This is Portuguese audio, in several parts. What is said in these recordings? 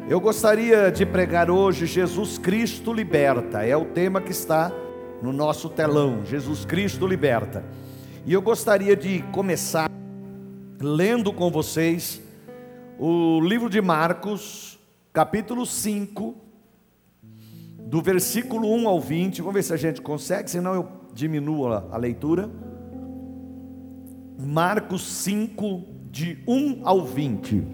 Eu gostaria de pregar hoje Jesus Cristo Liberta. É o tema que está no nosso telão, Jesus Cristo Liberta. E eu gostaria de começar lendo com vocês o livro de Marcos, capítulo 5, do versículo 1 ao 20. Vamos ver se a gente consegue, senão eu diminuo a leitura. Marcos 5, de 1 ao 20.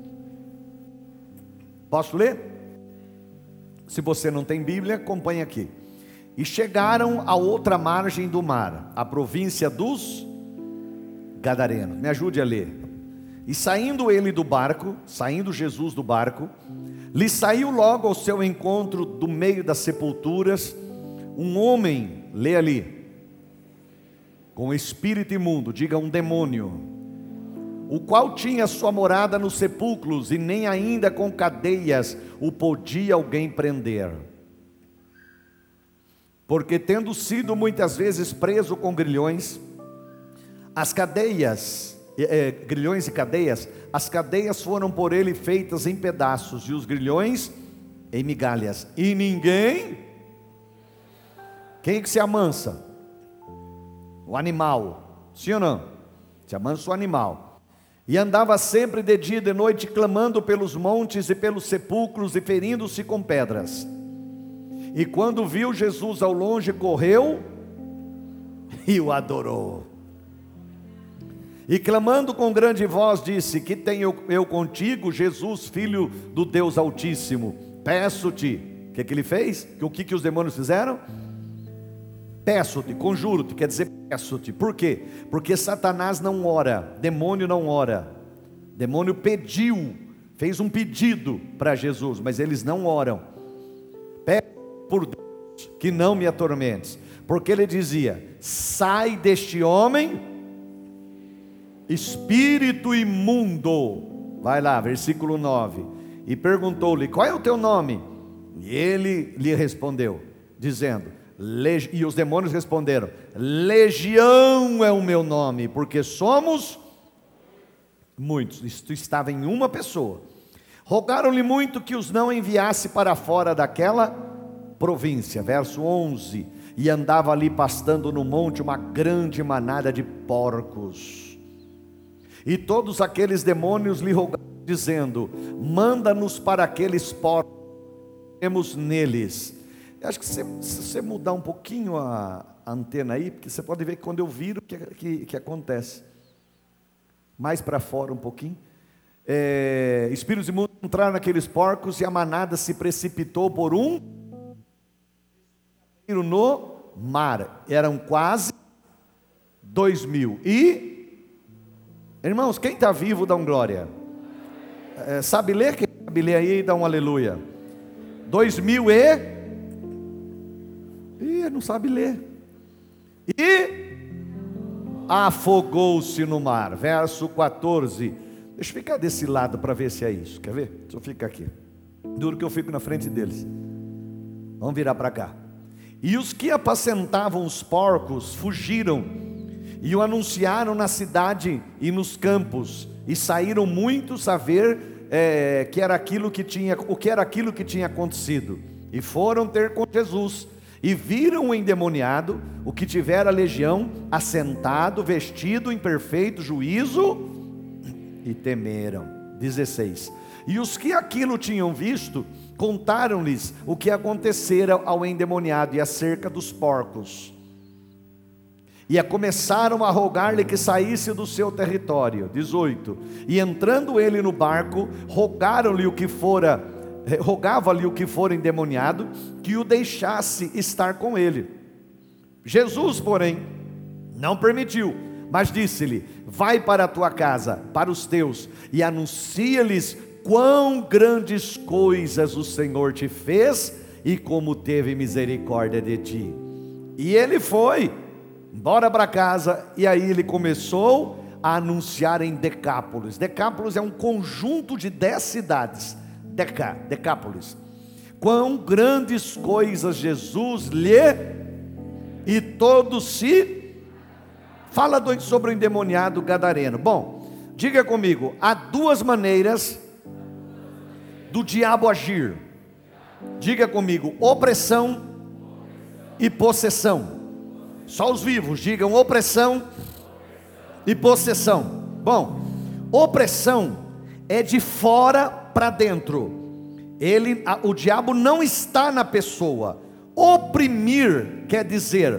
Posso ler? Se você não tem Bíblia, acompanhe aqui. E chegaram à outra margem do mar, a província dos Gadarenos. Me ajude a ler. E saindo ele do barco, saindo Jesus do barco, lhe saiu logo ao seu encontro do meio das sepulturas um homem, lê ali, com espírito imundo, diga um demônio, o qual tinha sua morada nos sepulcros, e nem ainda com cadeias o podia alguém prender. Porque tendo sido muitas vezes preso com grilhões, grilhões e cadeias, as cadeias foram por ele feitas em pedaços, e os grilhões em migalhas. E ninguém, quem que se amansa? O animal, sim ou não? Se amansa o animal. E andava sempre de dia e de noite, clamando pelos montes e pelos sepulcros, e ferindo-se com pedras. E quando viu Jesus ao longe, correu e o adorou. E clamando com grande voz, disse: que tenho eu contigo, Jesus, filho do Deus Altíssimo? Peço-te. O que ele fez? O que os demônios fizeram? Peço-te, conjuro-te, quer dizer peço-te. Por quê? Porque Satanás não ora, demônio não ora. Demônio pediu, fez um pedido para Jesus, mas eles não oram. Peço por Deus que não me atormentes, porque ele dizia: sai deste homem, espírito imundo. Vai lá, versículo 9. E perguntou-lhe: qual é o teu nome? E ele lhe respondeu, dizendo, e os demônios responderam: Legião é o meu nome, porque somos muitos. Isto estava em uma pessoa. Rogaram-lhe muito que os não enviasse para fora daquela província. Verso 11. E andava ali pastando no monte uma grande manada de porcos. E todos aqueles demônios lhe rogaram, dizendo: manda-nos para aqueles porcos, temos neles. Eu acho que se você mudar um pouquinho a antena aí, porque você pode ver que quando eu viro, o que acontece? Mais para fora um pouquinho. Espíritos imundos entraram naqueles porcos, e a manada se precipitou por um no mar. Eram quase 2.000. E, irmãos, quem está vivo dá um glória. Sabe ler? Quem sabe ler aí, dá um aleluia. 2.000 não sabe ler. E afogou-se no mar. Verso 14. Deixa eu ficar desse lado para ver se é isso. Quer ver? Deixa eu ficar aqui. Duro que eu fico na frente deles. Vamos virar para cá. E os que apacentavam os porcos fugiram e o anunciaram na cidade e nos campos, e saíram muitos a ver o que era aquilo que tinha acontecido, e foram ter com Jesus. E viram o endemoniado, o que tivera legião, assentado, vestido em perfeito juízo, e temeram. 16. E os que aquilo tinham visto, contaram-lhes o que acontecera ao endemoniado e acerca dos porcos. E começaram a rogar-lhe que saísse do seu território. 18. E entrando ele no barco, rogava-lhe o que fora endemoniado, que o deixasse estar com ele. Jesus, porém, não permitiu, mas disse-lhe: vai para a tua casa, para os teus, e anuncia-lhes quão grandes coisas o Senhor te fez, e como teve misericórdia de ti. E ele foi embora para casa, e aí ele começou a anunciar em Decápolis. Decápolis é um conjunto de 10 cidades. Decápolis. Quão grandes coisas Jesus lhe, e todos se. Fala sobre o endemoniado gadareno. Bom, diga comigo: há duas maneiras do diabo agir? Diga comigo: opressão e possessão. Só os vivos digam: opressão e possessão. Bom, opressão é de fora para dentro. O diabo não está na pessoa. Oprimir quer dizer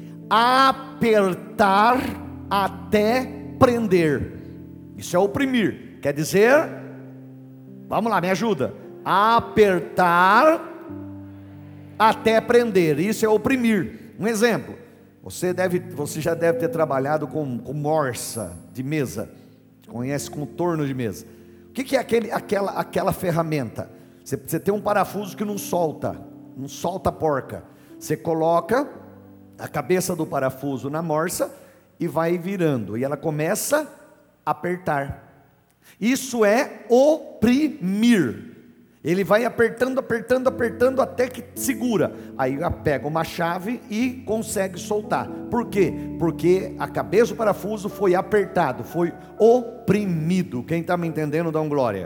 apertar até prender. Isso é oprimir. Quer dizer, vamos lá, me ajuda. Apertar até prender. Isso é oprimir. Um exemplo. Você já deve ter trabalhado com morsa de mesa. Conhece com torno de mesa. O que é aquela ferramenta? Você tem um parafuso que não solta a porca. Você coloca a cabeça do parafuso na morsa e vai virando, e ela começa a apertar. Isso é oprimir. Ele vai apertando até que segura. Aí pega uma chave e consegue soltar. Por quê? Porque a cabeça do parafuso foi apertado, foi oprimido. Quem está me entendendo, dá um glória.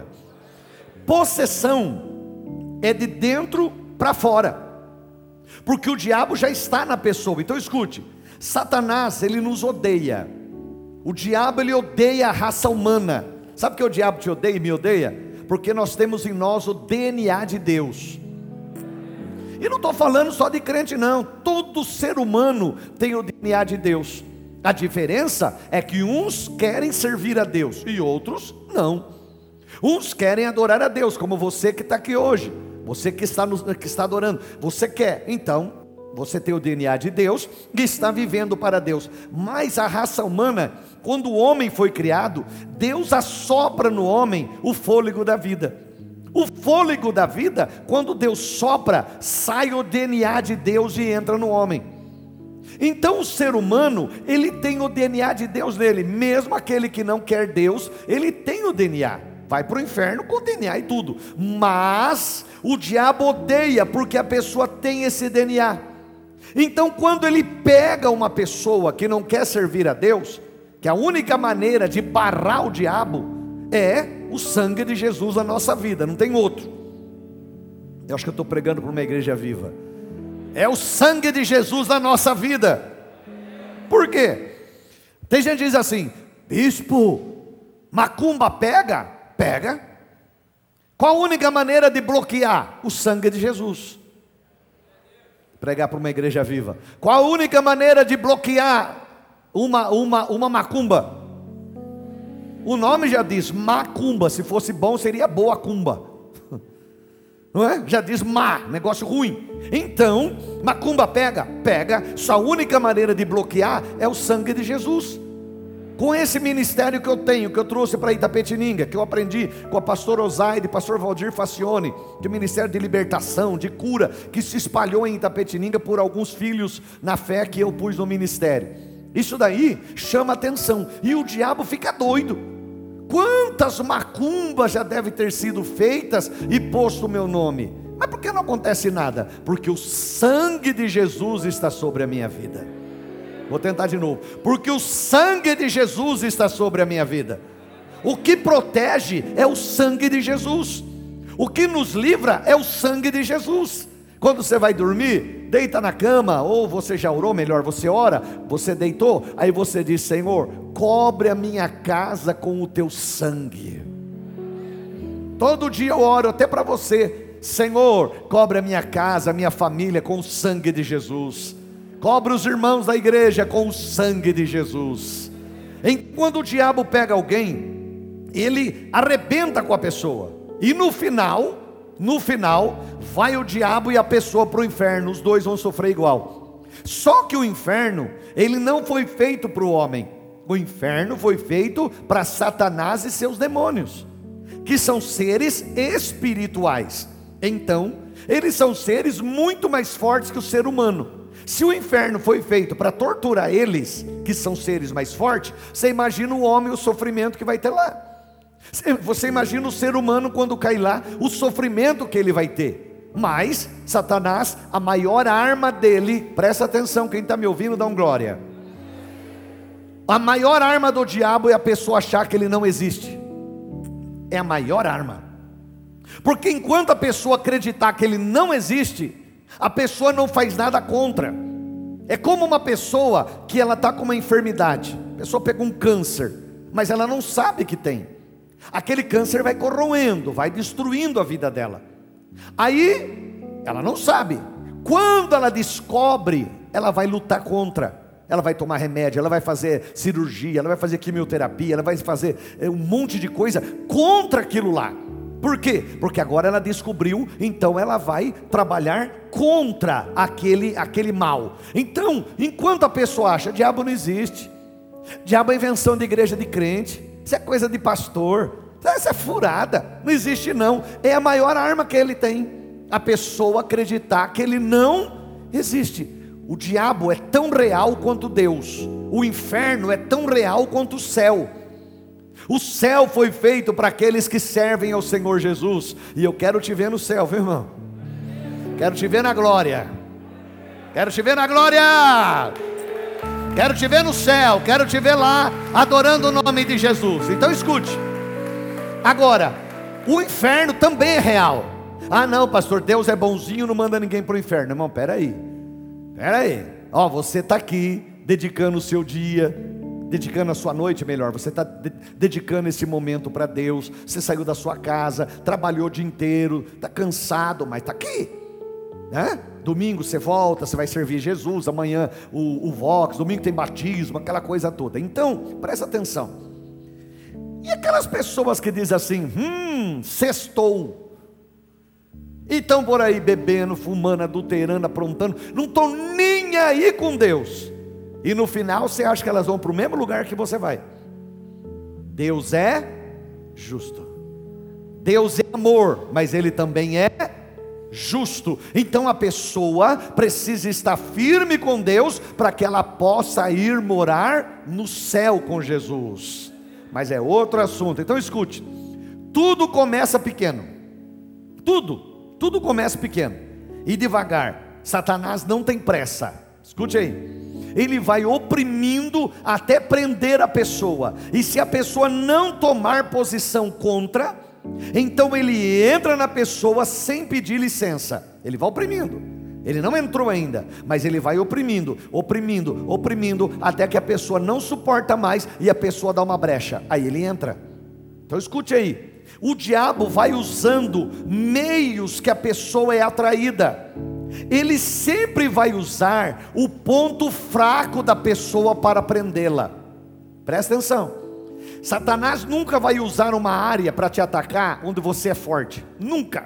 Possessão é de dentro para fora, porque o diabo já está na pessoa. Então escute, Satanás, ele nos odeia. O diabo, ele odeia a raça humana. Sabe por que o diabo te odeia e me odeia? Porque nós temos em nós o DNA de Deus. E não estou falando só de crente não. Todo ser humano tem o DNA de Deus. A diferença é que uns querem servir a Deus e outros não. Uns querem adorar a Deus, como você que está aqui hoje. Você que está adorando, você quer, então você tem o DNA de Deus e está vivendo para Deus. Mas a raça humana, quando o homem foi criado, Deus assopra no homem o fôlego da vida. O fôlego da vida, quando Deus sopra, sai o DNA de Deus e entra no homem. Então o ser humano, ele tem o DNA de Deus nele. Mesmo aquele que não quer Deus, ele tem o DNA. Vai para o inferno com o DNA e tudo. Mas o diabo odeia, porque a pessoa tem esse DNA. Então quando ele pega uma pessoa que não quer servir a Deus, que a única maneira de barrar o diabo é o sangue de Jesus na nossa vida, não tem outro. Eu acho que eu estou pregando para uma igreja viva. É o sangue de Jesus na nossa vida. Por quê? Tem gente que diz assim: bispo, macumba pega? Pega. Qual a única maneira de bloquear? O sangue de Jesus. Pregar para uma igreja viva. Qual a única maneira de bloquear uma macumba? O nome já diz macumba. Se fosse bom seria boa cumba, não é? Já diz negócio ruim. Então, macumba pega? Pega. Sua única maneira de bloquear é o sangue de Jesus. Com esse ministério que eu tenho, que eu trouxe para Itapetininga, que eu aprendi com a pastora Osaide, pastor Valdir Facione, que é o ministério de libertação, de cura, que se espalhou em Itapetininga por alguns filhos na fé que eu pus no ministério. Isso daí chama atenção, e o diabo fica doido. Quantas macumbas já devem ter sido feitas e posto o meu nome? Mas por que não acontece nada? Porque o sangue de Jesus está sobre a minha vida. Vou tentar de novo. Porque o sangue de Jesus está sobre a minha vida. O que protege é o sangue de Jesus. O que nos livra é o sangue de Jesus. Quando você vai dormir, deita na cama, ou você já orou, melhor, você ora, você deitou, aí você diz: Senhor, cobre a minha casa com o teu sangue. Todo dia eu oro até para você: Senhor, cobre a minha casa, a minha família com o sangue de Jesus. Cobre os irmãos da igreja com o sangue de Jesus. Quando o diabo pega alguém, ele arrebenta com a pessoa. E no final, vai o diabo e a pessoa para o inferno. Os dois vão sofrer igual. Só que o inferno, ele não foi feito para o homem. O inferno foi feito para Satanás e seus demônios, que são seres espirituais. Então, eles são seres muito mais fortes que o ser humano. Se o inferno foi feito para torturar eles, que são seres mais fortes, você imagina o homem, o sofrimento que vai ter lá. Você imagina o ser humano quando cair lá, o sofrimento que ele vai ter. Mas Satanás, a maior arma dele, presta atenção, quem está me ouvindo dá um glória. A maior arma do diabo é a pessoa achar que ele não existe. É a maior arma. Porque enquanto a pessoa acreditar que ele não existe, a pessoa não faz nada contra. É como uma pessoa que ela está com uma enfermidade. A pessoa pegou um câncer, mas ela não sabe que tem. Aquele câncer vai corroendo, vai destruindo a vida dela. Aí, ela não sabe. Quando ela descobre, ela vai lutar contra. Ela vai tomar remédio, ela vai fazer cirurgia, ela vai fazer quimioterapia, ela vai fazer um monte de coisa contra aquilo lá. Por quê? Porque agora ela descobriu, então ela vai trabalhar contra aquele mal. Então, enquanto a pessoa acha, diabo não existe, diabo é invenção de igreja de crente, isso é coisa de pastor, isso é furada, não existe não. É a maior arma que ele tem, a pessoa acreditar que ele não existe. O diabo é tão real quanto Deus, o inferno é tão real quanto o céu. O céu foi feito para aqueles que servem ao Senhor Jesus. E eu quero te ver no céu, viu irmão? Quero te ver na glória. Quero te ver na glória. Quero te ver no céu. Quero te ver lá adorando o nome de Jesus. Então escute. Agora, o inferno também é real. Ah não, pastor, Deus é bonzinho, não manda ninguém para o inferno. Irmão, peraí. Ó, você está aqui dedicando o seu dia, dedicando a sua noite, melhor, você está dedicando esse momento para Deus. Você saiu da sua casa, trabalhou o dia inteiro, está cansado, mas está aqui, né? Domingo você volta, você vai servir Jesus. Amanhã o Vox, domingo tem batismo, aquela coisa toda. Então, presta atenção. E aquelas pessoas que dizem assim, sextou, e estão por aí bebendo, fumando, adulterando, aprontando, não estão nem aí com Deus. E no final você acha que elas vão para o mesmo lugar que você vai. Deus é justo. Deus é amor, mas Ele também é justo. Então a pessoa precisa estar firme com Deus para que ela possa ir morar no céu com Jesus. Mas é outro assunto. Então escute. Tudo começa pequeno. Tudo começa pequeno e devagar. Satanás não tem pressa. Escute aí. Ele vai oprimindo até prender a pessoa. E se a pessoa não tomar posição contra, então ele entra na pessoa sem pedir licença. Ele vai oprimindo. Ele não entrou ainda, mas ele vai oprimindo, até que a pessoa não suporta mais e a pessoa dá uma brecha. Aí ele entra. Então escute aí. O diabo vai usando meios que a pessoa é atraída. Ele sempre vai usar o ponto fraco da pessoa para prendê-la. Presta atenção. Satanás nunca vai usar uma área para te atacar onde você é forte. Nunca.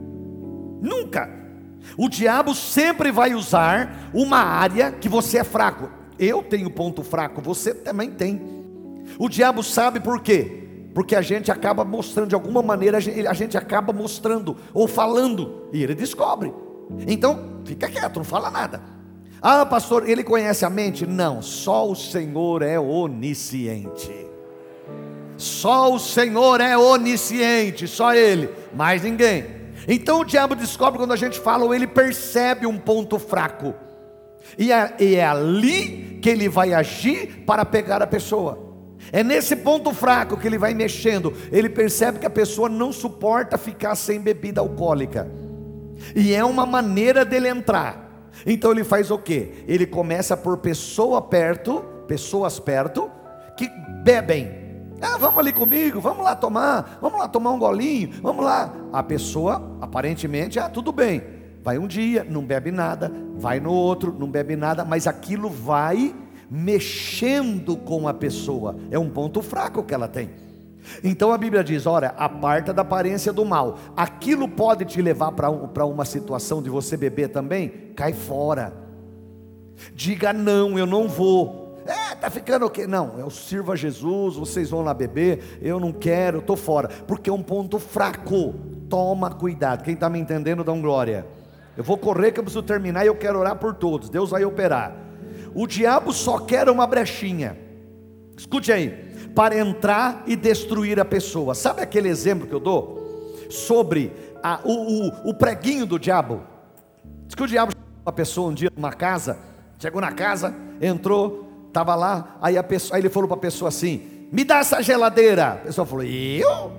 O diabo sempre vai usar uma área que você é fraco. Eu tenho ponto fraco, você também tem. O diabo sabe por quê? Porque a gente acaba mostrando, de alguma maneira a gente acaba mostrando ou falando, e ele descobre. Então, fica quieto, não fala nada. Ah, pastor, ele conhece a mente? Não, só o Senhor é onisciente. Só o Senhor é onisciente, só Ele, mais ninguém. Então o diabo descobre quando a gente fala, ou ele percebe um ponto fraco. E é ali que ele vai agir para pegar a pessoa. É nesse ponto fraco que ele vai mexendo. Ele percebe que a pessoa não suporta ficar sem bebida alcoólica. E é uma maneira dele entrar. Então ele faz o quê? Ele começa por pessoas perto que bebem. Ah, vamos ali comigo, vamos lá tomar um golinho, vamos lá. A pessoa, aparentemente, tudo bem. Vai um dia, não bebe nada. Vai no outro, não bebe nada. Mas aquilo vai mexendo com a pessoa. É um ponto fraco que ela tem. Então a Bíblia diz, olha, aparta da aparência do mal. Aquilo pode te levar para uma situação de você beber também? Cai fora. Diga não, eu não vou. Tá ficando o quê? Não, eu sirvo a Jesus, vocês vão lá beber, eu não quero, eu estou fora. Porque é um ponto fraco. Toma cuidado. Quem está me entendendo, dá um glória. Eu vou correr que eu preciso terminar e eu quero orar por todos. Deus vai operar. O diabo só quer uma brechinha. Escute aí. Para entrar e destruir a pessoa. Sabe aquele exemplo que eu dou? Sobre o preguinho do diabo. Diz que o diabo chamou uma pessoa um dia numa casa. Chegou na casa, entrou, estava lá. Aí ele falou para a pessoa assim: me dá essa geladeira. A pessoa falou: eu?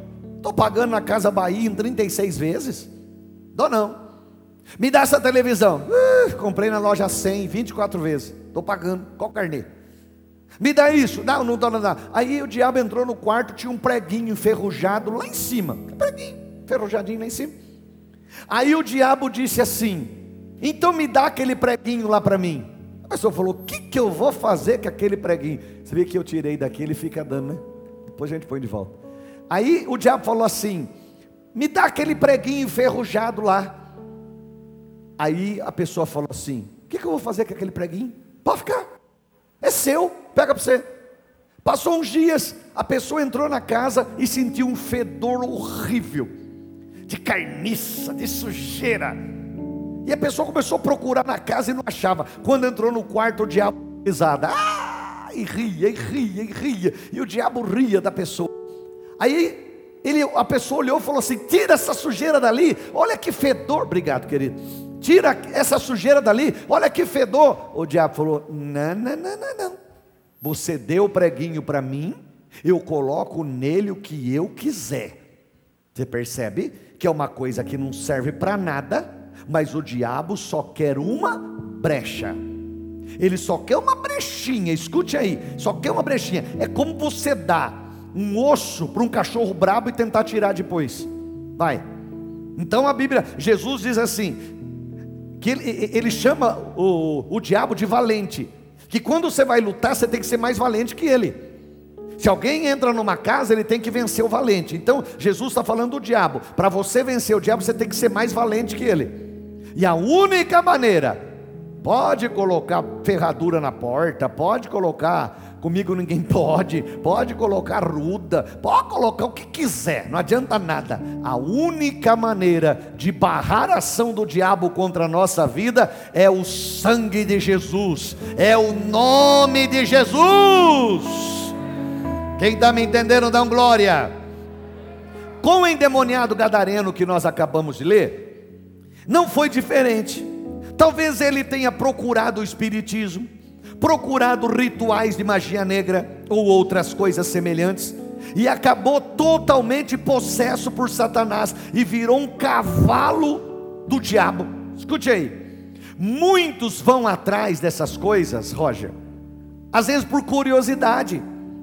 estou pagando na Casa Bahia em 36 vezes. Dou não. Me dá essa televisão. Comprei na loja 100, 24 vezes. Estou pagando. Qual carnê? Me dá isso. Não, não dou nada. Aí o diabo entrou no quarto, tinha um preguinho enferrujado lá em cima. Um preguinho enferrujadinho lá em cima. Aí o diabo disse assim: então me dá aquele preguinho lá para mim. A pessoa falou: o que eu vou fazer com aquele preguinho? Você vê que eu tirei daqui, ele fica dando, né? Depois a gente põe de volta. Aí o diabo falou assim: me dá aquele preguinho enferrujado lá. Aí a pessoa falou assim: o que eu vou fazer com aquele preguinho? Pode ficar, é seu, pega para você. Passou uns dias, a pessoa entrou na casa e sentiu um fedor horrível, de carniça, de sujeira. E a pessoa começou a procurar na casa e não achava. Quando entrou no quarto, o diabo risada. E ria, e ria, e ria. E o diabo ria da pessoa. Aí a pessoa olhou e falou assim: tira essa sujeira dali, olha que fedor. Obrigado, querido. Tira essa sujeira dali, olha que fedor. O diabo falou: não. Você deu o preguinho para mim, eu coloco nele o que eu quiser. Você percebe que é uma coisa que não serve para nada, mas o diabo só quer uma brecha. Ele só quer uma brechinha, escute aí, só quer uma brechinha. É como você dar um osso para um cachorro brabo e tentar tirar depois. Vai. Então a Bíblia, Jesus diz assim, que ele chama o diabo de valente, que quando você vai lutar, você tem que ser mais valente que ele. Se alguém entra numa casa, ele tem que vencer o valente. Então Jesus está falando do diabo. Para você vencer o diabo, você tem que ser mais valente que ele. E a única maneira, pode colocar ferradura na porta, pode colocar, comigo ninguém pode colocar ruda, pode colocar o que quiser, não adianta nada. A única maneira de barrar a ação do diabo contra a nossa vida é o sangue de Jesus, é o nome de Jesus. Quem está me entendendo, dá um glória. Com o endemoniado gadareno que nós acabamos de ler, não foi diferente. Talvez ele tenha procurado o espiritismo, procurado rituais de magia negra ou outras coisas semelhantes, e acabou totalmente possesso por Satanás e virou um cavalo do diabo. Escute aí, muitos vão atrás dessas coisas, Roger, às vezes por curiosidade.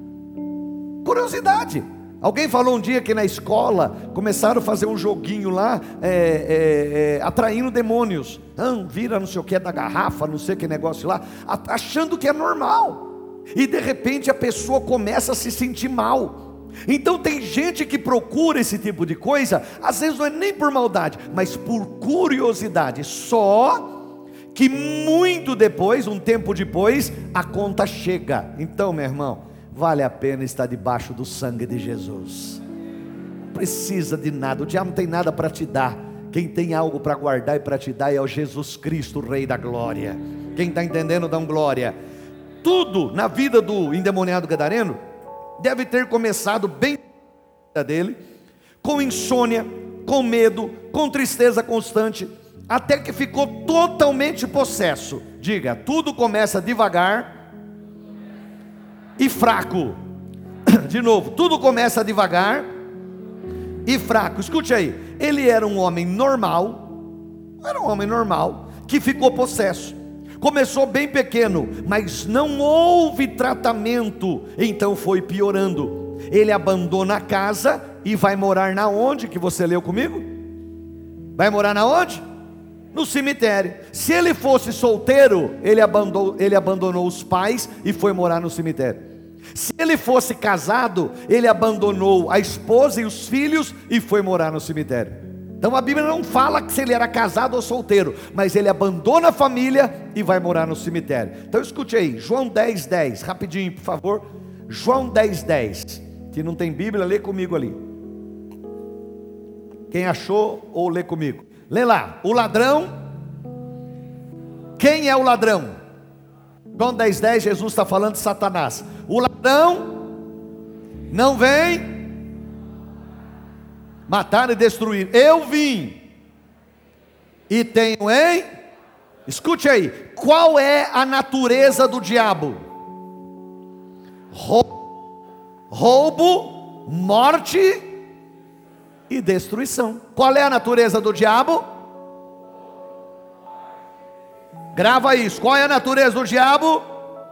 Alguém falou um dia que na escola começaram a fazer um joguinho lá, atraindo demônios. Vira não sei o que da garrafa, não sei que negócio lá, achando que é normal. E de repente a pessoa começa a se sentir mal. Então tem gente que procura esse tipo de coisa, às vezes não é nem por maldade, mas por curiosidade. Só que muito depois, um tempo depois, a conta chega. Então, meu irmão, vale a pena estar debaixo do sangue de Jesus. Não precisa de nada, o diabo não tem nada para te dar. Quem tem algo para guardar e para te dar é o Jesus Cristo, o Rei da Glória. Quem está entendendo, dá um glória. Tudo na vida do endemoniado gadareno deve ter começado bem dele, com insônia, com medo, com tristeza constante, até que ficou totalmente possesso. Diga, tudo começa devagar e fraco. De novo, tudo começa devagar e fraco. Escute aí, ele era um homem normal, que ficou possesso. Começou bem pequeno, mas não houve tratamento, então foi piorando. Ele abandona a casa e vai morar na onde que você leu comigo? Vai morar na onde? No cemitério. Se ele fosse solteiro, ele abandonou os pais e foi morar no cemitério. Se ele fosse casado, ele abandonou a esposa e os filhos e foi morar no cemitério. Então a Bíblia não fala que se ele era casado ou solteiro, mas ele abandona a família e vai morar no cemitério. Então escute aí, João 10:10, rapidinho por favor. João 10:10. Se não tem Bíblia, lê comigo ali. Quem achou, ou lê comigo. Lê lá, o ladrão. Quem é o ladrão? João 10:10, Jesus está falando de Satanás. O ladrão não vem matar e destruir. Eu vim e tenho em... Escute aí, qual é a natureza do diabo? Roubo, morte e destruição. Qual é a natureza do diabo? Grava isso. Qual é a natureza do diabo?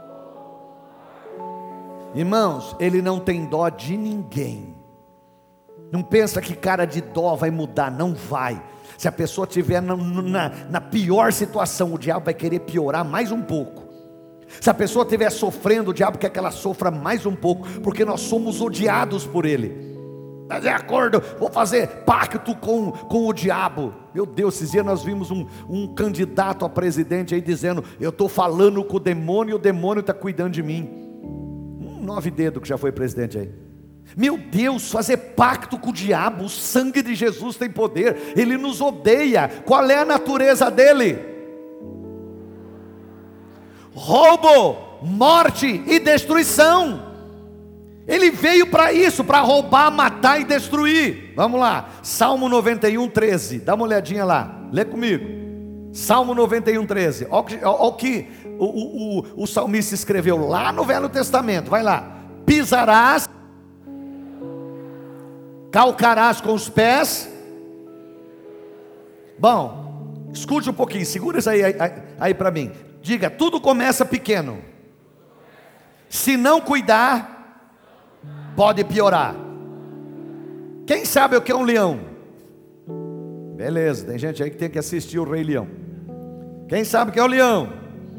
Irmãos, ele não tem dó de ninguém. Não pensa que cara de dó vai mudar, não vai. Se a pessoa estiver na pior situação, o diabo vai querer piorar mais um pouco. Se a pessoa estiver sofrendo, o diabo quer que ela sofra mais um pouco, porque nós somos odiados por ele. Mas é acordo, vou fazer pacto com o diabo. Meu Deus, esses dias nós vimos um candidato a presidente aí dizendo: eu estou falando com o demônio e o demônio está cuidando de mim. 9 dedos que já foi presidente aí. Meu Deus, fazer pacto com o diabo. O sangue de Jesus tem poder. Ele nos odeia. Qual é a natureza dele? Roubo, morte e destruição. Ele veio para isso, para roubar, matar e destruir. Vamos lá, Salmo 91, 13. Dá uma olhadinha lá, lê comigo. Salmo 91, 13. Olha o que o salmista escreveu lá no Velho Testamento. Vai lá. Pisarás, calcarás com os pés. Bom, escute um pouquinho, segura isso aí para mim. Diga: tudo começa pequeno. Se não cuidar, pode piorar. Quem sabe o que é um leão? Beleza, tem gente aí que tem que assistir o Rei Leão. Quem sabe o que é o leão?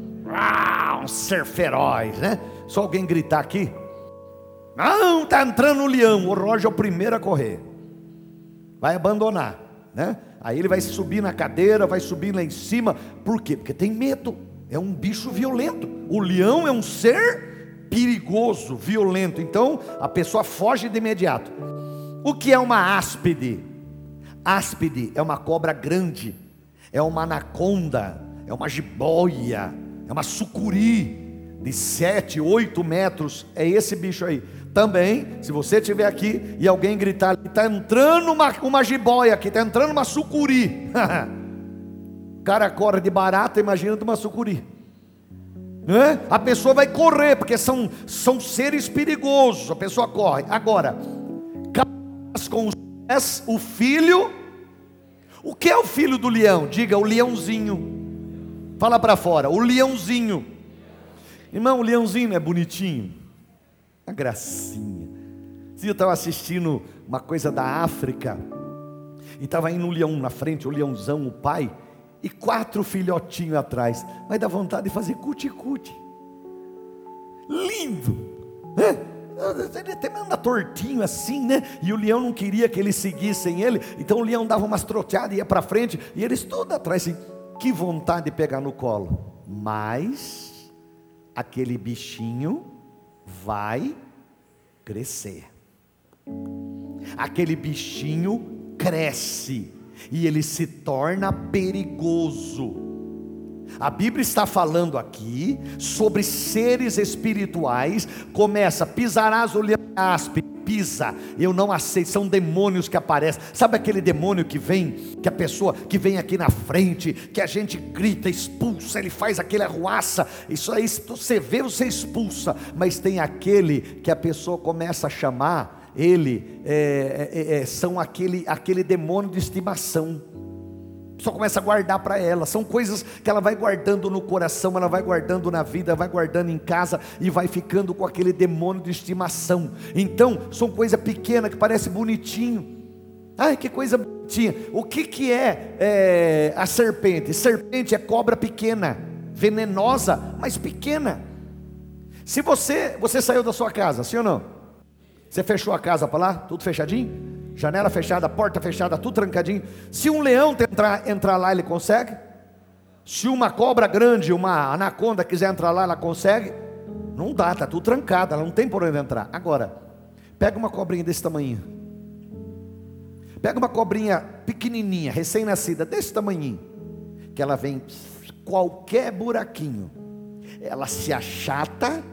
Um ser feroz, né? Só alguém gritar aqui: não, está entrando o leão. O Roger é o primeiro a correr. Vai abandonar, né? Aí ele vai subir na cadeira, vai subir lá em cima. Por quê? Porque tem medo. É um bicho violento. O leão é um ser perigoso, violento. Então a pessoa foge de imediato. O que é uma áspide? Áspide é uma cobra grande, é uma anaconda, é uma jiboia, é uma sucuri de 7, 8 metros. É esse bicho aí. Também, se você estiver aqui e alguém gritar: está entrando uma jiboia aqui, está entrando uma sucuri. O cara corre de barata, imagina de uma sucuri, né? A pessoa vai correr, porque são seres perigosos. A pessoa corre. Agora, com os pés, o filho. O que é o filho do leão? Diga: o leãozinho. Fala para fora: o leãozinho. Irmão, o leãozinho não é bonitinho? Uma gracinha. Eu estava assistindo uma coisa da África, e estava indo um leão na frente, o leãozão, o pai, e 4 filhotinhos atrás. Vai dar vontade de fazer cuti-cuti. Lindo, né? Ele até anda tortinho assim, né? E o leão não queria que eles seguissem ele. Então o leão dava umas troteadas, ia para frente, e eles todos atrás assim. Que vontade de pegar no colo. Mas aquele bichinho vai crescer. Aquele bichinho cresce e ele se torna perigoso. A Bíblia está falando aqui sobre seres espirituais. Começa: pisarás o leão áspide. Pisa, eu não aceito. São demônios que aparecem. Sabe aquele demônio que vem, que a pessoa que vem aqui na frente, que a gente grita, expulsa, ele faz aquele arruaça. Isso aí, se você vê, você expulsa. Mas tem aquele que a pessoa começa a chamar, ele são aquele demônio de estimação. Só começa a guardar para ela. São coisas que ela vai guardando no coração, ela vai guardando na vida, vai guardando em casa, e vai ficando com aquele demônio de estimação. Então são coisas pequenas que parece bonitinho. Ai, que coisa bonitinha. O que é a serpente? Serpente é cobra pequena, venenosa, mas pequena. Se você saiu da sua casa, sim ou não? Você fechou a casa para lá, tudo fechadinho? Janela fechada, porta fechada, tudo trancadinho. Se um leão entrar lá, ele consegue? Se uma cobra grande, uma anaconda quiser entrar lá, ela consegue? Não dá, está tudo trancado, ela não tem por onde entrar. Agora, pega uma cobrinha desse tamanho. Pega uma cobrinha pequenininha, recém-nascida, desse tamanhinho, que ela vem qualquer buraquinho, ela se achata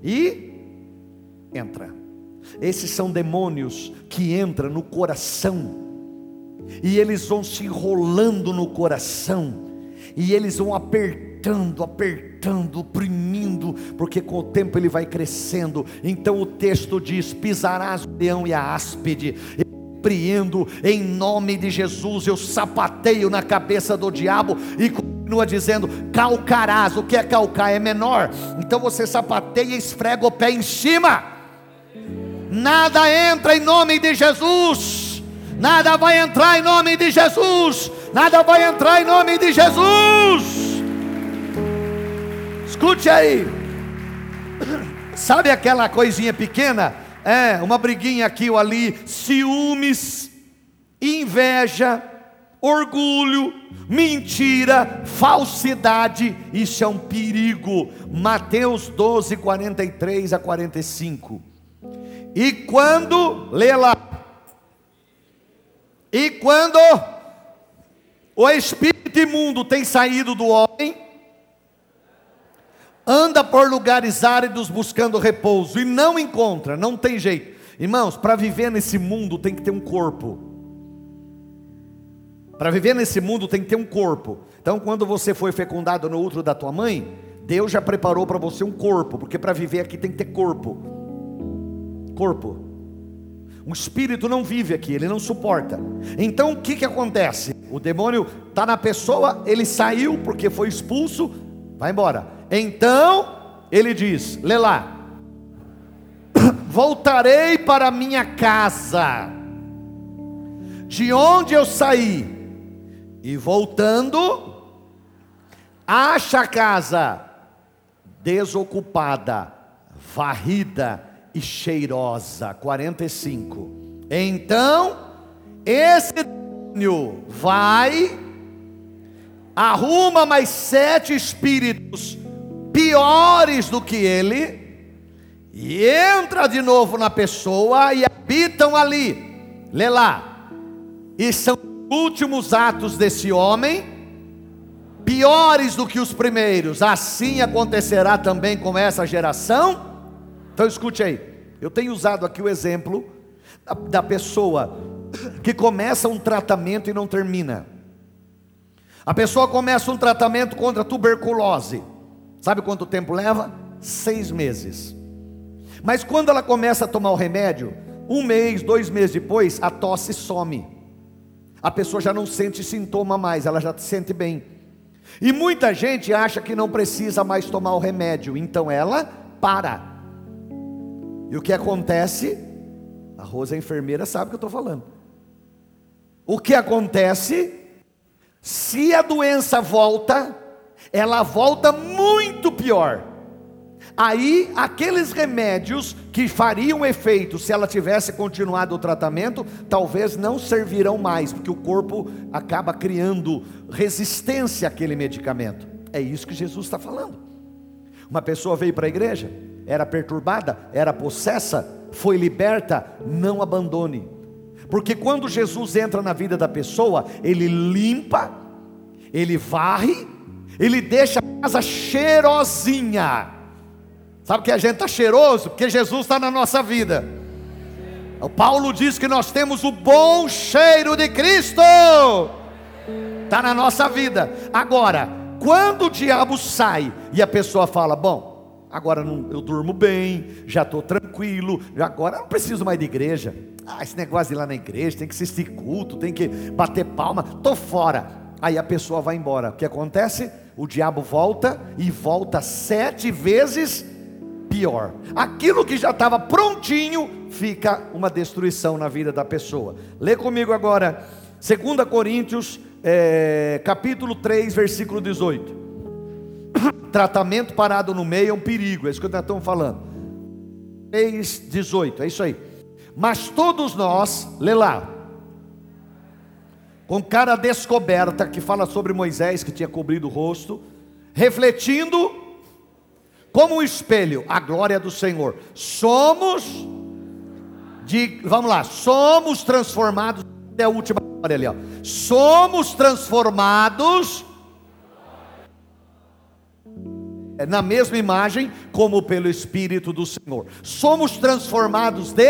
e entra. Esses são demônios que entram no coração, e eles vão se enrolando no coração, e eles vão apertando, oprimindo, porque com o tempo ele vai crescendo. Então o texto diz: pisarás o leão e a áspide. repreendo em nome de Jesus, eu sapateio na cabeça do diabo e continua dizendo: calcarás. O que é calcar? É menor. Então você sapateia e esfrega o pé em cima. Nada entra em nome de Jesus. Nada vai entrar em nome de Jesus. Nada vai entrar em nome de Jesus. Escute aí. Sabe aquela coisinha pequena? Uma briguinha aqui ou ali. Ciúmes, inveja, orgulho, mentira, falsidade. Isso é um perigo. Mateus 12, 43 a 45. E quando, lê lá. E quando o espírito imundo tem saído do homem, anda por lugares áridos buscando repouso e não encontra, não tem jeito. Irmãos, para viver nesse mundo tem que ter um corpo. Para viver nesse mundo tem que ter um corpo. Então quando você foi fecundado no útero da tua mãe, Deus já preparou para você um corpo, porque para viver aqui tem que ter corpo. Corpo. Um espírito não vive aqui, ele não suporta. Então o que acontece? O demônio está na pessoa, ele saiu porque foi expulso, vai embora. Então ele diz, lê lá: voltarei para minha casa, de onde eu saí, e voltando, acha a casa desocupada, varrida e cheirosa. 45. Então esse demônio vai, arruma mais 7 espíritos piores do que ele, e entra de novo na pessoa e habitam ali. Lê lá. E são os últimos atos desse homem piores do que os primeiros. Assim acontecerá também com essa geração. Então escute aí, eu tenho usado aqui o exemplo da pessoa que começa um tratamento e não termina. A pessoa começa um tratamento contra a tuberculose. Sabe quanto tempo leva? 6 meses. Mas quando ela começa a tomar o remédio, 1 mês, 2 meses depois, a tosse some. A pessoa já não sente sintoma mais, ela já se sente bem. E muita gente acha que não precisa mais tomar o remédio, então ela para. E o que acontece? A Rosa, a enfermeira, sabe o que eu estou falando. O que acontece? Se a doença volta, ela volta muito pior. Aí aqueles remédios que fariam efeito se ela tivesse continuado o tratamento, talvez não servirão mais, porque o corpo acaba criando resistência àquele medicamento. É isso que Jesus está falando. Uma pessoa veio para a igreja, era perturbada, era possessa, foi liberta. Não abandone, porque quando Jesus entra na vida da pessoa, ele limpa, ele varre, ele deixa a casa cheirosinha. Sabe que a gente está cheiroso? Porque Jesus está na nossa vida. O Paulo diz que nós temos o bom cheiro de Cristo. Está na nossa vida. Agora, quando o diabo sai e a pessoa fala: bom, agora eu durmo bem, já estou tranquilo, agora não preciso mais de igreja. Esse negócio de ir lá na igreja, tem que assistir culto, tem que bater palma, estou fora. Aí a pessoa vai embora. O que acontece? O diabo volta, e volta 7 vezes pior. Aquilo que já estava prontinho, fica uma destruição na vida da pessoa. Lê comigo agora 2 Coríntios capítulo 3, versículo 18. Tratamento parado no meio é um perigo, é isso que nós estamos falando. 3, 18, é isso aí. Mas todos nós, lê lá, com cara descoberta, que fala sobre Moisés que tinha cobrido o rosto, refletindo como um espelho a glória do Senhor, somos transformados, até a última glória ali, ó. Somos transformados na mesma imagem, como pelo Espírito do Senhor. Somos transformados de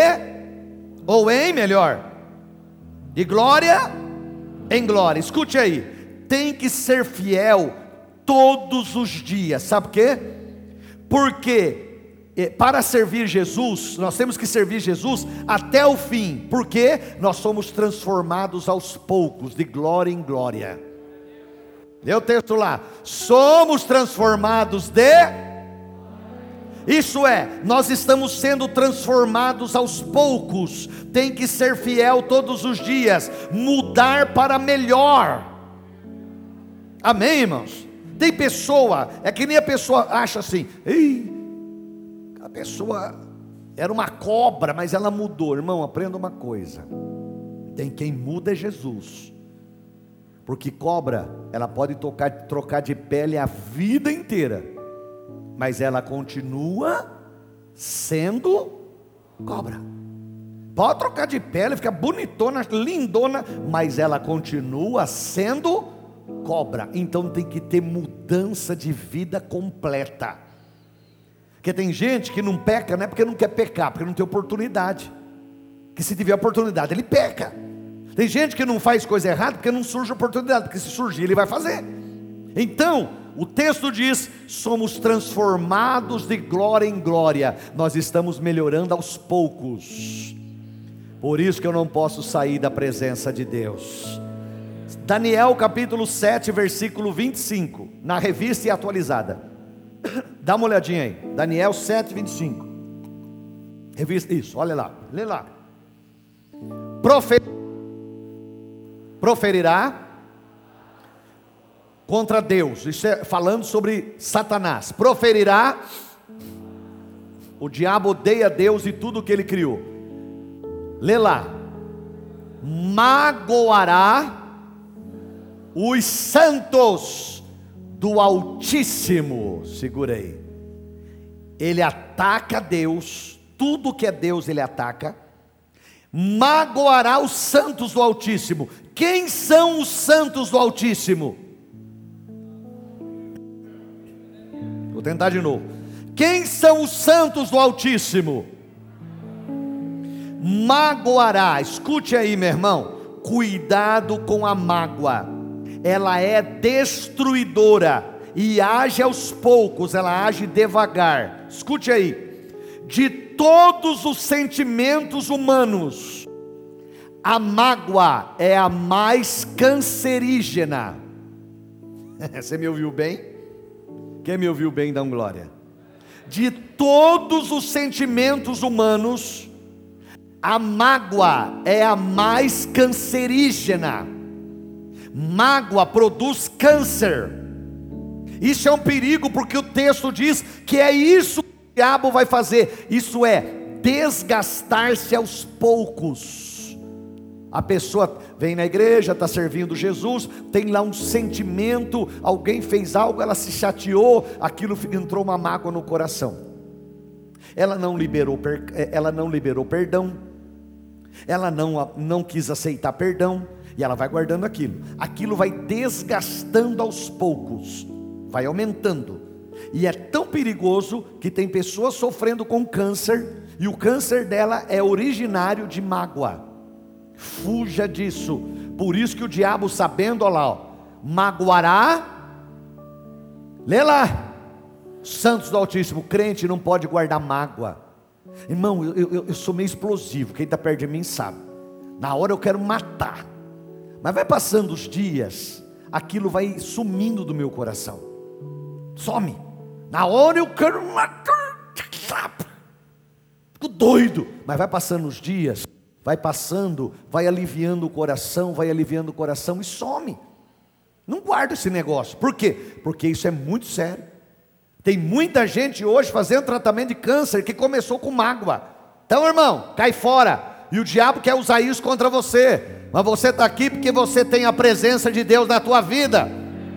glória em glória. Escute aí, tem que ser fiel todos os dias. Sabe por quê? Porque para servir Jesus, nós temos que servir Jesus até o fim, porque nós somos transformados aos poucos, de glória em glória. Lê o texto lá, somos transformados isso é, nós estamos sendo transformados aos poucos, tem que ser fiel todos os dias, mudar para melhor, amém, irmãos? Tem pessoa, é que nem a pessoa acha assim, ei, a pessoa era uma cobra, mas ela mudou. Irmão, aprenda uma coisa, tem quem muda é Jesus, porque cobra, ela pode trocar de pele a vida inteira, mas ela continua sendo cobra. Pode trocar de pele, fica bonitona, lindona, mas ela continua sendo cobra. Então tem que ter mudança de vida completa. Porque tem gente que não peca, não é porque não quer pecar, porque não tem oportunidade. Que se tiver oportunidade, ele peca. Tem gente que não faz coisa errada, porque não surge oportunidade, porque se surgir, ele vai fazer. Então, o texto diz, somos transformados de glória em glória. Nós estamos melhorando aos poucos. Por isso que eu não posso sair da presença de Deus. Daniel capítulo 7, versículo 25, na revista e atualizada. Dá uma olhadinha aí, Daniel 7, 25. Revista, isso, olha lá, lê lá. Proferirá contra Deus, isso é falando sobre Satanás. Proferirá, o diabo odeia Deus e tudo que ele criou. Lê lá. Magoará os santos do Altíssimo. Segurei. Ele ataca Deus, tudo que é Deus ele ataca. Magoará os santos do Altíssimo. Quem são os santos do Altíssimo? Vou tentar de novo. Quem são os santos do Altíssimo? Magoará, escute aí, meu irmão, cuidado com a mágoa, ela é destruidora e age aos poucos, ela age devagar. Escute aí, de todos os sentimentos humanos, a mágoa é a mais cancerígena. Você me ouviu bem? Quem me ouviu bem, dá um glória. De todos os sentimentos humanos, a mágoa é a mais cancerígena. Mágoa produz câncer. Isso é um perigo, porque o texto diz que é isso que o diabo vai fazer. Isso é desgastar-se aos poucos. A pessoa vem na igreja, está servindo Jesus, tem lá um sentimento, alguém fez algo, ela se chateou, aquilo entrou uma mágoa no coração. Ela não liberou perdão, ela não quis aceitar perdão, e ela vai guardando aquilo vai desgastando aos poucos, vai aumentando, e é tão perigoso que tem pessoas sofrendo com câncer, e o câncer dela é originário de mágoa. Fuja disso. Por isso que o diabo, sabendo, olha lá, magoará, lê lá, santos do Altíssimo. Crente não pode guardar mágoa. Irmão, eu sou meio explosivo, quem está perto de mim sabe. Na hora eu quero matar, mas vai passando os dias, aquilo vai sumindo do meu coração, some. Na hora eu quero matar, fico doido, mas vai passando os dias, vai passando, vai aliviando o coração e some. Não guarda esse negócio. Por quê? Porque isso é muito sério. Tem muita gente hoje fazendo tratamento de câncer que começou com mágoa. Então, irmão, cai fora. E o diabo quer usar isso contra você. Mas você está aqui porque você tem a presença de Deus na tua vida.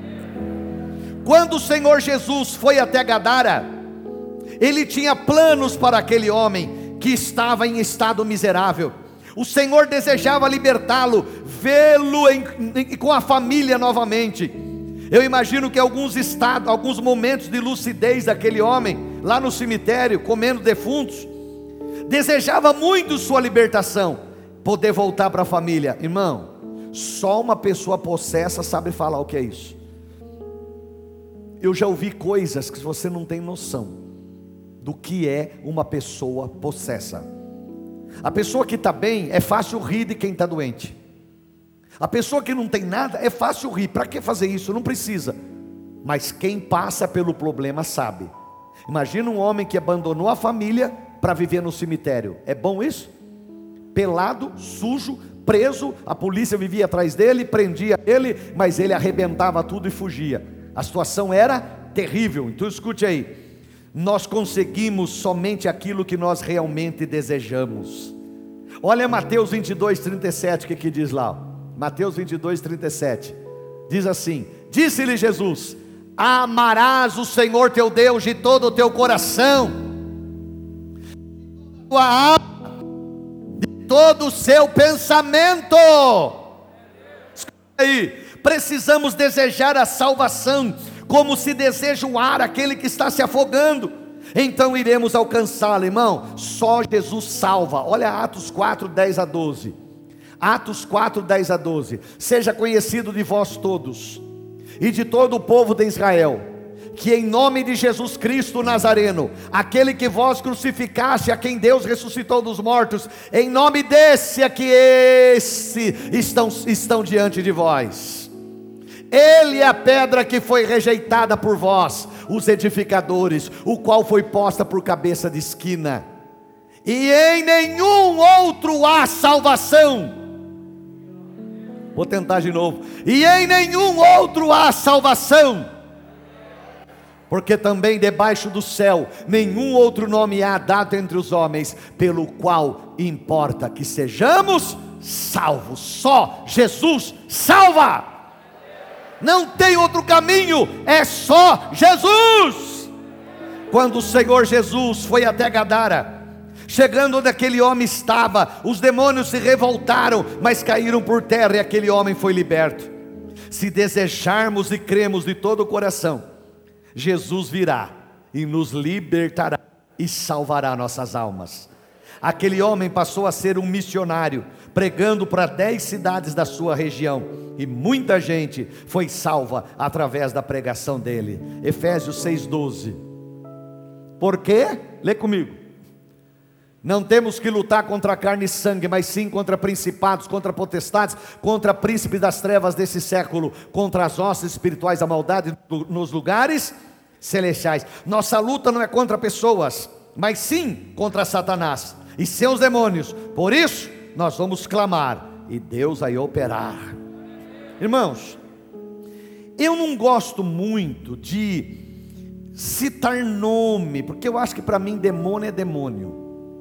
Quando o Senhor Jesus foi até Gadara, Ele tinha planos para aquele homem que estava em estado miserável. O Senhor desejava libertá-lo, vê-lo com a família novamente. Eu imagino que alguns momentos de lucidez daquele homem, lá no cemitério, comendo defuntos, desejava muito sua libertação, poder voltar para a família. Irmão, só uma pessoa possessa sabe falar o que é isso. Eu já ouvi coisas que você não tem noção. do que é uma pessoa possessa. A pessoa que está bem, é fácil rir de quem está doente. A pessoa que não tem nada, é fácil rir. Para que fazer isso? Não precisa. Mas quem passa pelo problema sabe. Imagina um homem que abandonou a família para viver no cemitério. É bom isso? Pelado, sujo, preso, a polícia vivia atrás dele, prendia ele, mas ele arrebentava tudo e fugia. A situação era terrível. Então escute aí. Nós conseguimos somente aquilo que nós realmente desejamos. Olha Mateus 22, 37, o que diz lá? Mateus 22, 37. Diz assim: disse-lhe Jesus: amarás o Senhor teu Deus de todo o teu coração, tua alma, de todo o seu pensamento. Escuta aí, precisamos desejar a salvação, como se deseja o ar, aquele que está se afogando. Então iremos alcançá-lo, irmão. Só Jesus salva. Olha Atos 4, 10 a 12. Atos 4, 10 a 12. Seja conhecido de vós todos e de todo o povo de Israel, que em nome de Jesus Cristo Nazareno, aquele que vós crucificaste, a quem Deus ressuscitou dos mortos, em nome desse é que estão diante de vós. Ele é a pedra que foi rejeitada por vós, os edificadores, o qual foi posta por cabeça de esquina, e em nenhum outro há salvação. Vou tentar de novo. E em nenhum outro há salvação, porque também debaixo do céu nenhum outro nome há dado entre os homens, pelo qual importa que sejamos salvos. Só Jesus salva. Não tem outro caminho, é só Jesus. Quando o Senhor Jesus foi até Gadara, chegando onde aquele homem estava, os demônios se revoltaram, mas caíram por terra e aquele homem foi liberto. Se desejarmos e cremos de todo o coração, Jesus virá e nos libertará e salvará nossas almas. Aquele homem passou a ser um missionário, pregando para 10 cidades da sua região, e muita gente foi salva através da pregação dele. Efésios 6,12. Por quê? Lê comigo. Não temos que lutar contra carne e sangue, mas sim contra principados, contra potestades, contra príncipes das trevas desse século, contra as hostes espirituais da maldade nos lugares celestiais. Nossa luta não é contra pessoas, mas sim contra Satanás e seus demônios. Por isso nós vamos clamar e Deus vai operar. Irmãos, eu não gosto muito de citar nome, porque eu acho que para mim demônio é demônio.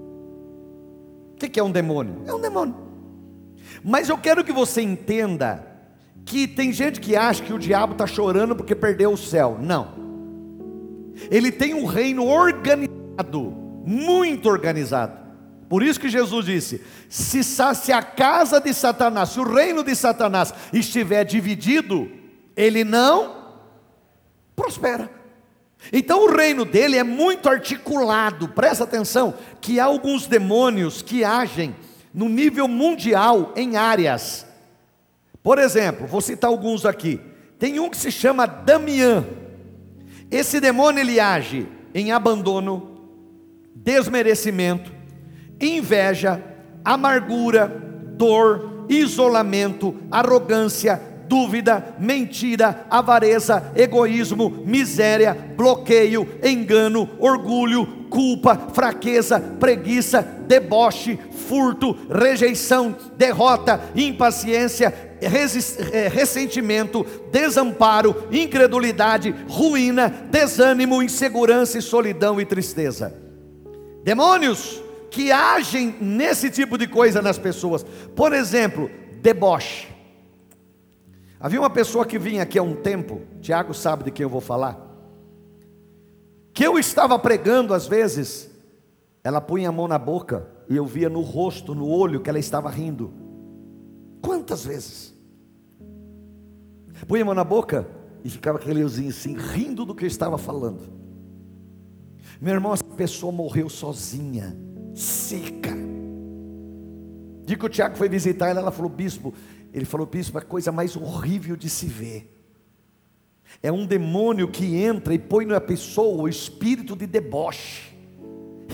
O que é um demônio? É um demônio. Mas eu quero que você entenda que tem gente que acha que o diabo está chorando porque perdeu o céu. Não. Ele tem um reino organizado, muito organizado. Por isso que Jesus disse: se a casa de Satanás, se o reino de Satanás estiver dividido, ele não prospera. Então o reino dele é muito articulado. Presta atenção que há alguns demônios que agem no nível mundial em áreas. Por exemplo, vou citar alguns aqui. Tem um que se chama Damiã. Esse demônio ele age em abandono, desmerecimento, inveja, amargura, dor, isolamento, arrogância, dúvida, mentira, avareza, egoísmo, miséria, bloqueio, engano, orgulho, culpa, fraqueza, preguiça, deboche, furto, rejeição, derrota, impaciência, ressentimento, desamparo, incredulidade, ruína, desânimo, insegurança e solidão e tristeza. Demônios que agem nesse tipo de coisa nas pessoas. Por exemplo, deboche. Havia uma pessoa que vinha aqui há um tempo, Tiago sabe de quem eu vou falar, que eu estava pregando às vezes, ela punha a mão na boca e eu via no rosto, no olho que ela estava rindo. Quantas vezes? Punha a mão na boca e ficava aquele olhinho assim, rindo do que eu estava falando. Meu irmão, essa pessoa morreu sozinha, seca. Dia que o Tiago foi visitar ela, ela falou: bispo, ele falou: bispo, é a coisa mais horrível de se ver. É um demônio que entra e põe na pessoa o espírito de deboche.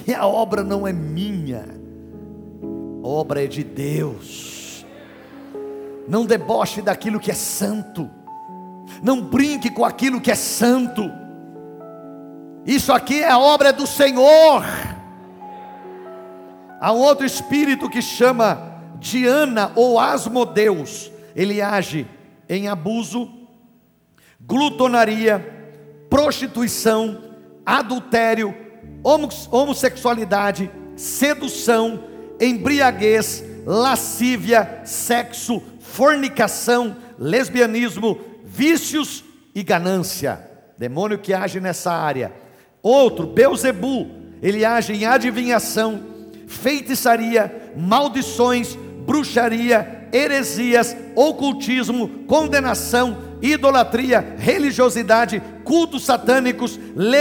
E a obra não é minha, a obra é de Deus. Não deboche daquilo que é santo, não brinque com aquilo que é santo. Isso aqui é a obra do Senhor. Há um outro espírito que chama Diana ou Asmodeus. Ele age em abuso, glutonaria, prostituição, adultério, homossexualidade, sedução, embriaguez, lascívia, sexo, fornicação, lesbianismo, vícios e ganância. Demônio que age nessa área. Outro, Belzebu, ele age em adivinhação, feitiçaria, maldições, bruxaria, heresias, ocultismo, condenação, idolatria, religiosidade, cultos satânicos,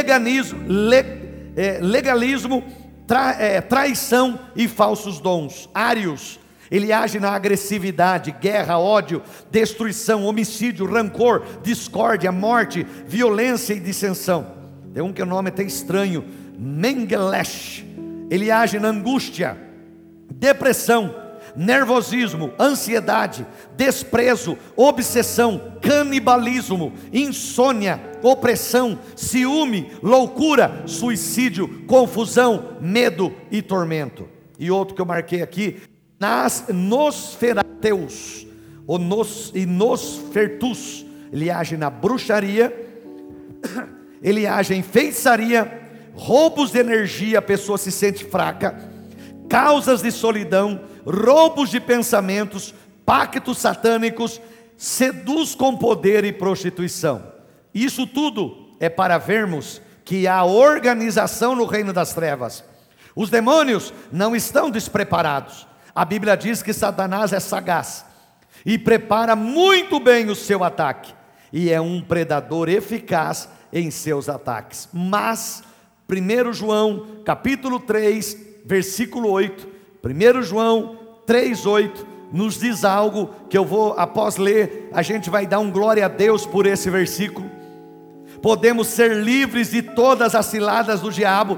legalismo, traição e falsos dons. Ários, ele age na agressividade, guerra, ódio, destruição, homicídio, rancor, discórdia, morte, violência e dissensão. Tem um que o nome é até estranho, Mengelesh. Ele age na angústia, depressão, nervosismo, ansiedade, desprezo, obsessão, canibalismo, insônia, opressão, ciúme, loucura, suicídio, confusão, medo e tormento. E outro que eu marquei aqui, Nosferateus, ou Nosfertus. Ele age na bruxaria, ele age em feitiçaria, roubos de energia, a pessoa se sente fraca, causas de solidão, roubos de pensamentos, pactos satânicos, seduz com poder e prostituição. Isso tudo é para vermos que há organização no reino das trevas. Os demônios não estão despreparados. A Bíblia diz que Satanás é sagaz e prepara muito bem o seu ataque, e é um predador eficaz em seus ataques. Mas 1 João capítulo 3 versículo 8, 1 João 3:8 nos diz algo que eu vou, após ler, a gente vai dar um glória a Deus por esse versículo. Podemos ser livres de todas as ciladas do diabo.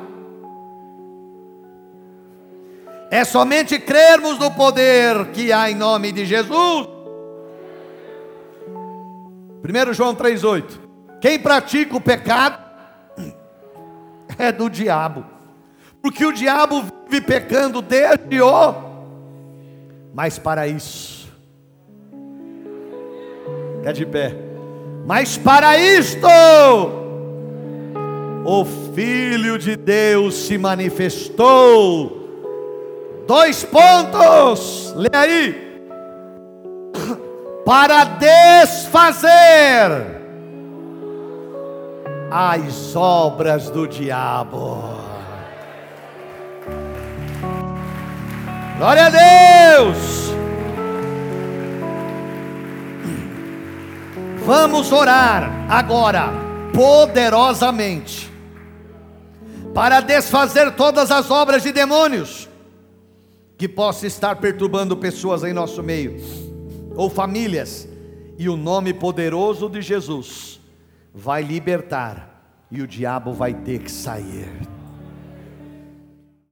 É somente crermos no poder que há em nome de Jesus. 1 João 3:8. Quem pratica o pecado é do diabo, porque o diabo vive pecando desde o... Mas para isso, fica de pé. Mas para isto, o Filho de Deus se manifestou. 2 pontos, lê aí. Para desfazer as obras do diabo. Glória a Deus. Vamos orar agora poderosamente para desfazer todas as obras de demônios que possam estar perturbando pessoas em nosso meio, ou famílias, e o nome poderoso de Jesus vai libertar, e o diabo vai ter que sair.